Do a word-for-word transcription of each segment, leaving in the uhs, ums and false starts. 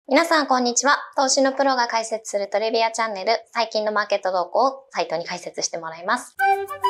皆さん、こんにちは。投資のプロが解説するトリビアチャンネル、最近のマーケット動向をサイトに解説してもらいます。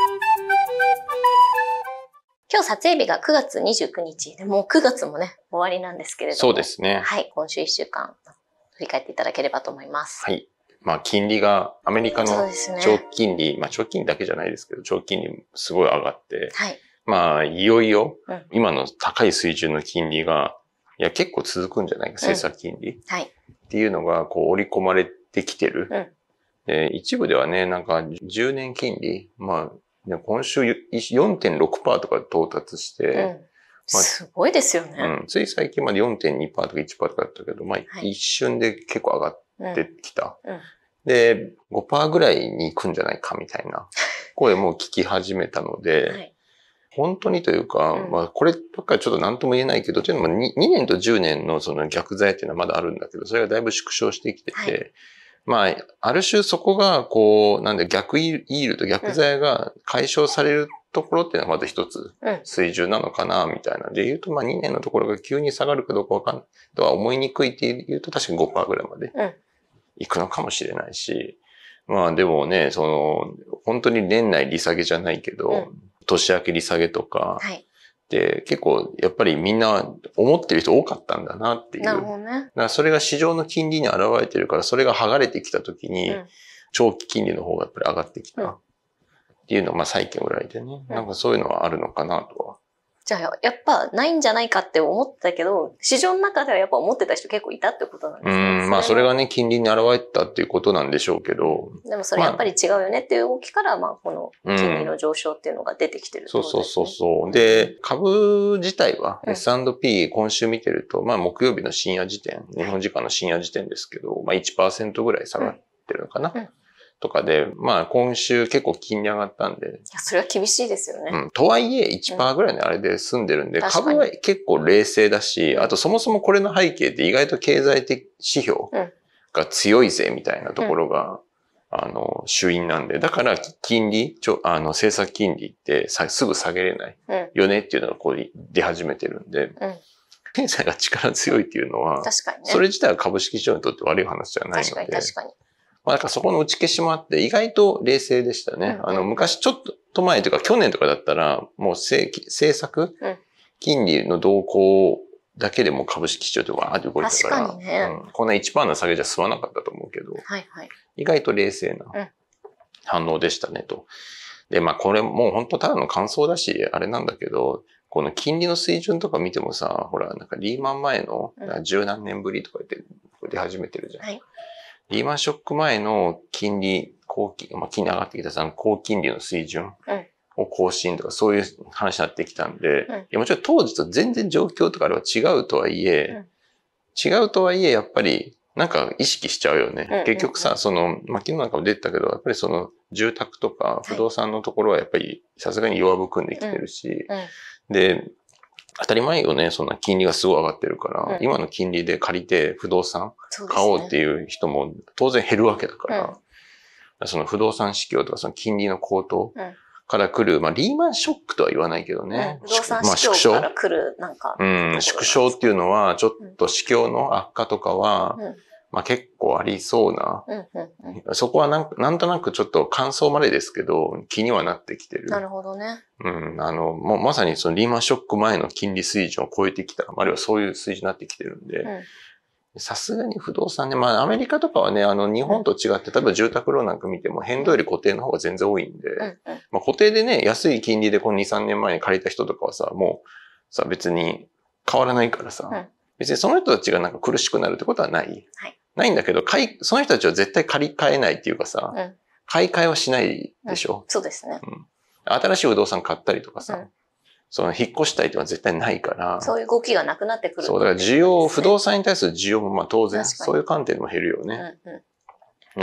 今日撮影日がくがつにじゅうくにちで、もうくがつもね、終わりなんですけれども。 そうですね。 はい、今週いっしゅうかん、振り返っていただければと思います。 はい。まあ、金利が、アメリカの長期金利、ね、まあ、長期金利だけじゃないですけど、長期金利すごい上がって、はい。まあ、いよいよ、今の高い水準の金利が、いや、結構続くんじゃないか、政策金利。うん、はい。っていうのが、こう、織り込まれてきてる。うん。で、一部ではね、なんか、じゅうねん金利、まあ、今週 よんてんろくパーセント とか到達して、うんまあ、すごいですよね。 うん。つい最近まで よんてんにパーセント とか いちパーセント とかだったけど、まあ、はい、一瞬で結構上がってきた。うんうん、で、ごパーセント ぐらいに行くんじゃないかみたいな声も聞き始めたので、はい本当にというか、うん、まあこればっかりちょっと何とも言えないけど、というのも 2, にねんとじゅうねんのその逆剤っていうのはまだあるんだけど、それがだいぶ縮小してきてて、はい、まあ、ある種そこがこう、なんで逆イールと逆剤が解消されるところっていうのはまず一つ水準なのかな、みたいな。で言うと、まあにねんのところが急に下がるかどうかわかんないとは思いにくいって言うと確かに ごパーセント ぐらいまでいくのかもしれないし、まあでもね、その、本当に年内利下げじゃないけど、うん年明け利下げとか、はい、で結構やっぱりみんな思ってる人多かったんだなっていう。 なるほどね。 だからそれが市場の金利に現れてるから、それが剥がれてきたときに、うん、長期金利の方がやっぱり上がってきたっていうのが、まあ債券ぐらいでね、うん、なんかそういうのはあるのかなとは。 じゃあやっぱないんじゃないかって思ってたけど、市場の中ではやっぱ思ってた人結構いたってことなんですね。 うん、まあそれがね、金利に現れたっていうことなんでしょうけど。 でもそれやっぱり違うよねっていう動きから、まあこの金利の上昇っていうのが出てきてるってことですね。 そうそうそうそう。で、株自体は エスアンドピー 今週見てると、まあ木曜日の深夜時点、日本時間の深夜時点ですけど、まあ いちパーセント ぐらい下がってるのかな。うんうんとかで、まあ今週結構金利上がったんで。いや、それは厳しいですよね。 うん。とはいえ いちパーセント ぐらいのあれで済んでるんで、うん、株は結構冷静だし、あとそもそもこれの背景って意外と経済的指標が強いぜみたいなところが、うん、あの、主因なんで、だから金利、ちょ、あの、政策金利ってさすぐ下げれないよねっていうのがこう出始めてるんで、うん、経済が力強いっていうのは、 確かにね。 それ自体は株式市場にとって悪い話じゃないので。 確かに確かに。 まあ、だからそこの打ち消しもあって、意外と冷静でしたね。うんうん、あの、昔ちょっと前というか、去年とかだったら、もう政策、うん、金利の動向だけでも株式市場ってわーって動いてたから、 確かにね、 うん、こんな いちパーセント の下げじゃ済まなかったと思うけど、 はいはい、 意外と冷静な反応でしたね、と。で、まあ、これもう本当ただの感想だし、あれなんだけど、この金利の水準とか見てもさ、ほら、なんかリーマン前の十何年ぶりとか言って出始めてるじゃん。はいリーマンショック前の金利、高金、まあ、金利上がってきたその高金利の水準を更新とかそういう話になってきたんで、うん、いやもちろん当時と全然状況とかあれは違うとはいえ、うん、違うとはいえやっぱりなんか意識しちゃうよね。うんうんうん、結局さ、その、まあ、昨日なんかも出てたけど、やっぱりその住宅とか不動産のところはやっぱりさすがに弱含んできてるし、うんうん、で、当たり前よね。そんな金利がすごい上がってるから、うん、今の金利で借りて不動産買おうっていう人も当然減るわけだから、うん、その不動産市況とかその金利の高騰から来る、まあリーマンショックとは言わないけどね。 うん、不動産市況から来るなんか、 うん、縮小っていうのはちょっと市況の悪化とかは、うんまあ結構ありそうな。うんうんうん、そこはなんなんとなくちょっと感想までですけど、気にはなってきてる。 なるほどね。 うん。あの、もうまさにそのリーマンショック前の金利水準を超えてきた。あるいはそういう水準になってきてるんで、さすがに不動産ね、まあアメリカとかはね、あの日本と違って、例えば住宅ローンなんか見ても変動より固定の方が全然多いんで、うんうん、まあ固定でね、安い金利でこのに、さんねんまえに借りた人とかはさ、もうさ、別に変わらないからさ、うん別にその人たちがなんか苦しくなるってことはない。はい、ないんだけど、買い、その人たちは絶対借り換えないっていうかさ、うん、買い替えはしないでしょ、 うん、そうですね、 うん。新しい不動産買ったりとかさ、うん、その引っ越したいっていうのは絶対ないから。 そういう動きがなくなってくる、ね。 そう、だから需要、不動産に対する需要もまあ当然、そういう観点でも減るよね。うんうん、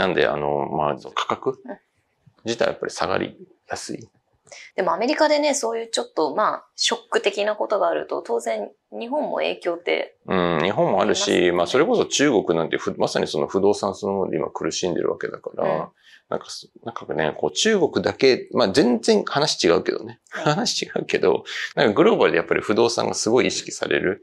なんで、あの、まあ、価格自体はやっぱり下がりやすい。 でもアメリカでね、そういうちょっと、まあ、ショック的なことがあると、当然、日本も影響って、 ね。うん、日本もあるし、まあ、それこそ中国なんてまさにその不動産そのもので今苦しんでるわけだから、うん、なんか、なんかね、こう中国だけ、まあ全然話違うけどね。はい、話違うけど、なんかグローバルでやっぱり不動産がすごい意識される。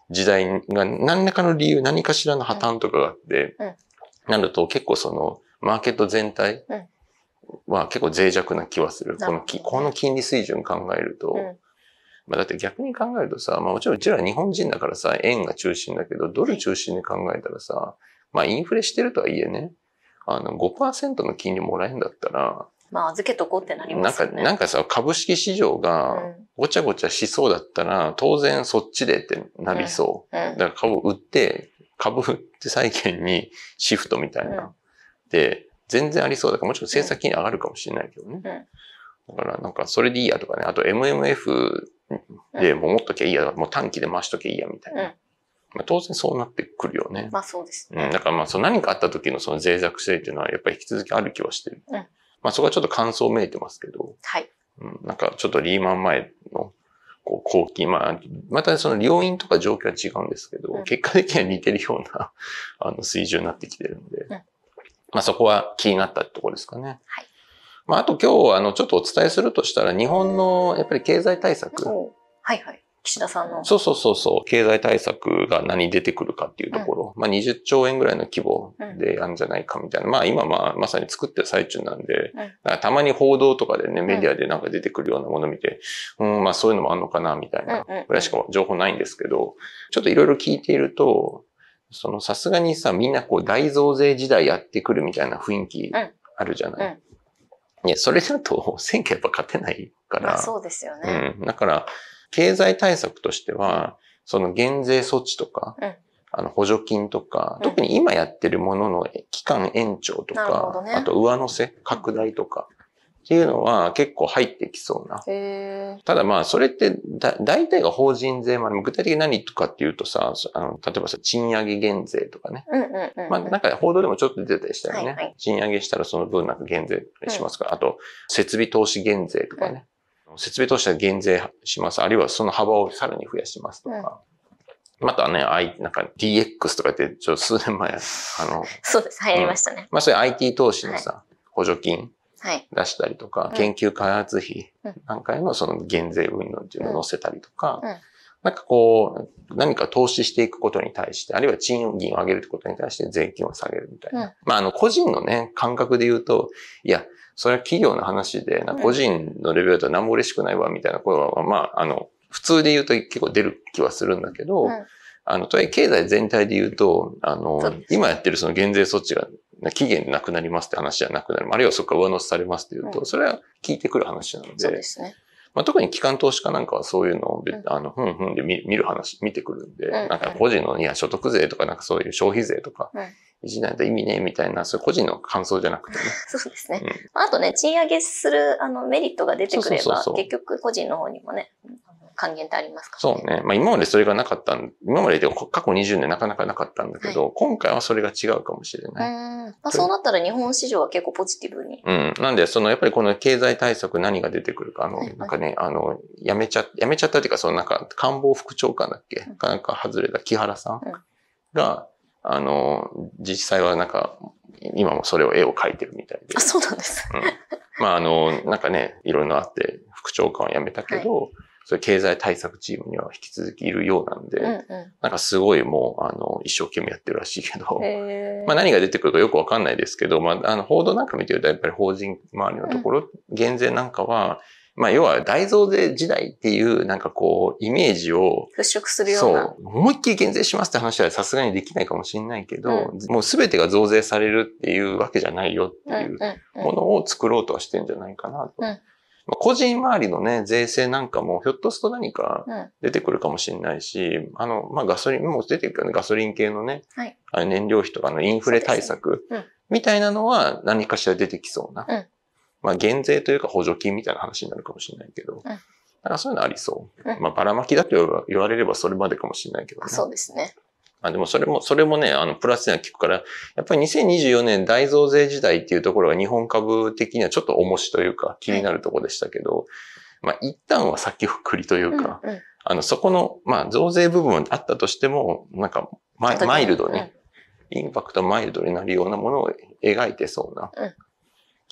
時代が何らかの理由、何かしらの破綻とかがあって、 うんうん、 なると結構その、マーケット全体は結構脆弱な気はする。このき、この金利水準考えると、うん、まあ、だって逆に考えるとさ、まあもちろんうちら日本人だからさ、円が中心だけど、ドル中心で考えたらさ、まあインフレしてるとはいえね、あの ごパーセント の金利もらえるんだったら、 まあ預けとこうってなりますよね。 なんか、なんかさ、株式市場がごちゃごちゃしそうだったら、当然そっちでってなりそう。うんうん、だから株売って、株売って債券にシフトみたいな。うん、で、全然ありそうだから、もちろん政策金利上がるかもしれないけどね。うん、だからなんかそれでいいやとかね。あと エムエムエフ でもう持っときゃいいや、もう短期で回しときゃいいやみたいな。うん、まあ、当然そうなってくるよね。 まあそうですね。 うん。だからまあその何かあった時のその脆弱性っていうのはやっぱり引き続きある気はしてる。うん、まあそこはちょっと感想めいてますけど。 はい。 うん。なんかちょっとリーマン前のこう後期、まあ、またその要因とか状況は違うんですけど、うん、結果的には似てるようなあの水準になってきてるんで。うん、まあそこは気になったところですかね。はい。まああと今日あのちょっとお伝えするとしたら日本のやっぱり経済対策。 はいはい。岸田さんの。 そうそうそうそう。経済対策が何出てくるかっていうところ。うん、まあにじゅっちょうえんぐらいの規模でやるんじゃないかみたいな。うん、まあ今まあまさに作ってる最中なんで、うん、たまに報道とかでね、メディアでなんか出てくるようなものを見て、うん、まあそういうのもあるのかなみたいなぐらいしか情報ないんですけど、ちょっといろいろ聞いていると、そのさすがにさ、みんなこう大増税時代やってくるみたいな雰囲気あるじゃない。うんうん、いや、それだと選挙やっぱ勝てないから。 まあそうですよね。 うん。だから、経済対策としては、その減税措置とか、うん、あの補助金とか、うん、特に今やってるものの期間延長とか、ね、あと上乗せ、拡大とか、っていうのは結構入ってきそうな。 へただまあ、それってだ、大体が法人税、まあ、具体的に何とかっていうとさ、あの例えばさ、賃上げ減税とかね。 うんうんうんうん、 まあ、なんか報道でもちょっと出てたりしたよね。 はいはい、 賃上げしたらその分なんか減税しますから、うん、あと、設備投資減税とかね。うん設備投資は減税します。あるいはその幅をさらに増やしますとか。うん、またね、I、なんか ディーエックス とかって、ちょっと数年前、あの、 そうです、流行りましたね。 うん、まあ、それ アイティー 投資のさ、はい、補助金出したりとか、 はい、 研究開発費なんかへのその減税運動っていうのを載せたりとか、うんうん、なんかこう、何か投資していくことに対して、あるいは賃金を上げるってことに対して税金を下げるみたいな。うん、まあ、あの、個人のね、感覚で言うと、いや、それは企業の話で、個人のレベルだと何も嬉しくないわ、みたいな声は、まあ、あの、普通で言うと結構出る気はするんだけど、うん、あの、とはいえ経済全体で言うと、あの、今やってるその減税措置が期限でなくなりますって話じゃなくなる。あるいはそこから上乗せされますっていうと、それは聞いてくる話なので、 そうですね。 まあ、特に機関投資家なんかはそういうのを、うん、あの、ふんふんで見る話、見てくるんで、うん、なんか個人の、いや、所得税とかなんかそういう消費税とか、うんいじないと意味ねえみたいな、そういう個人の感想じゃなくてね。 そうですね。うん、あとね、賃上げするあのメリットが出てくれば、そうそうそうそう結局個人の方にもね、還元ってありますからね。 そうね。まあ今までそれがなかったん、今までで過去にじゅうねんなかなかなかったんだけど、はい、今回はそれが違うかもしれない。 うんまあ、そうなったら日本市場は結構ポジティブに。 うん。なんで、そのやっぱりこの経済対策何が出てくるか、あの、はいはい、なんかね、あの、やめちゃ、やめちゃったっていうか、そのなんか官房副長官だっけ、うん、なんか外れた木原さんが、うんあの、実際はなんか、今もそれを絵を描いてるみたいで。 あ、そうなんです。 うん。まああの、なんかね、いろいろあって、副長官は辞めたけど、はい、それ経済対策チームには引き続きいるようなんで、うんうん、なんかすごいもう、あの、一生懸命やってるらしいけど、まあ何が出てくるかよくわかんないですけど、まああの、報道なんか見てるとやっぱり法人周りのところ、うん、減税なんかは、まあ要は大増税時代っていうなんかこうイメージを払拭するような。 そう。思いっきり減税しますって話はさすがにできないかもしれないけど、うん、もうすべてが増税されるっていうわけじゃないよっていうものを作ろうとはしてんじゃないかなと。うんうん、まあ、個人周りのね、税制なんかもひょっとすると何か出てくるかもしれないし、うん、あの、まあガソリン、もう出てくるね、ガソリン系のね、はい、あ燃料費とかのインフレ対策みたいなのは何かしら出てきそうな。うんまあ減税というか補助金みたいな話になるかもしれないけど、うん、だからそういうのありそう。うん、まあばらまきだと言われればそれまでかもしれないけどね。 そうですね。 まあでもそれも、それもね、あの、プラスには聞くから、やっぱりにせんにじゅうよねん大増税時代っていうところが日本株的にはちょっと重しというか気になるところでしたけど、はい、まあ一旦は先送りというか、うんうん、あの、そこの、まあ増税部分はあったとしても、なんかマイ、マイルドに、うん、インパクトマイルドになるようなものを描いてそうな。うん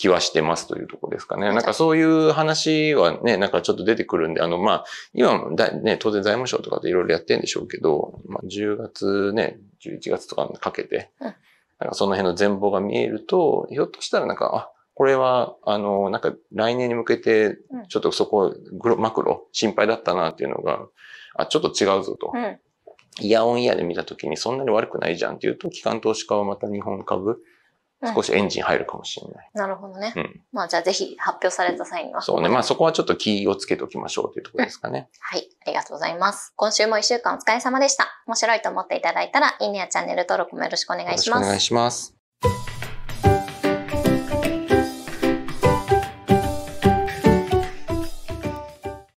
気はしてますというところですかね。なんかそういう話はね、なんかちょっと出てくるんで、あの、まあ、今もだ、ね、当然財務省とかでいろいろやってるんでしょうけど、まあ、じゅうがつね、じゅういちがつとかにかけて、うん、なんかその辺の全貌が見えると、ひょっとしたらなんか、あ、これは、あの、なんか来年に向けて、ちょっとそこ、グロ、マクロ、心配だったなっていうのが、あ、ちょっと違うぞと。うん、イヤオンイヤで見たときにそんなに悪くないじゃんっていうと、機関投資家はまた日本株、少しエンジン入るかもしれない。 うん、なるほどね。うん。まあじゃあぜひ発表された際には。 そうね。まあそこはちょっと気をつけておきましょうというところですかね。 うん、はい。ありがとうございます。今週も一週間お疲れ様でした。面白いと思っていただいたら、いいねやチャンネル登録もよろしくお願いします。よろしくお願いします。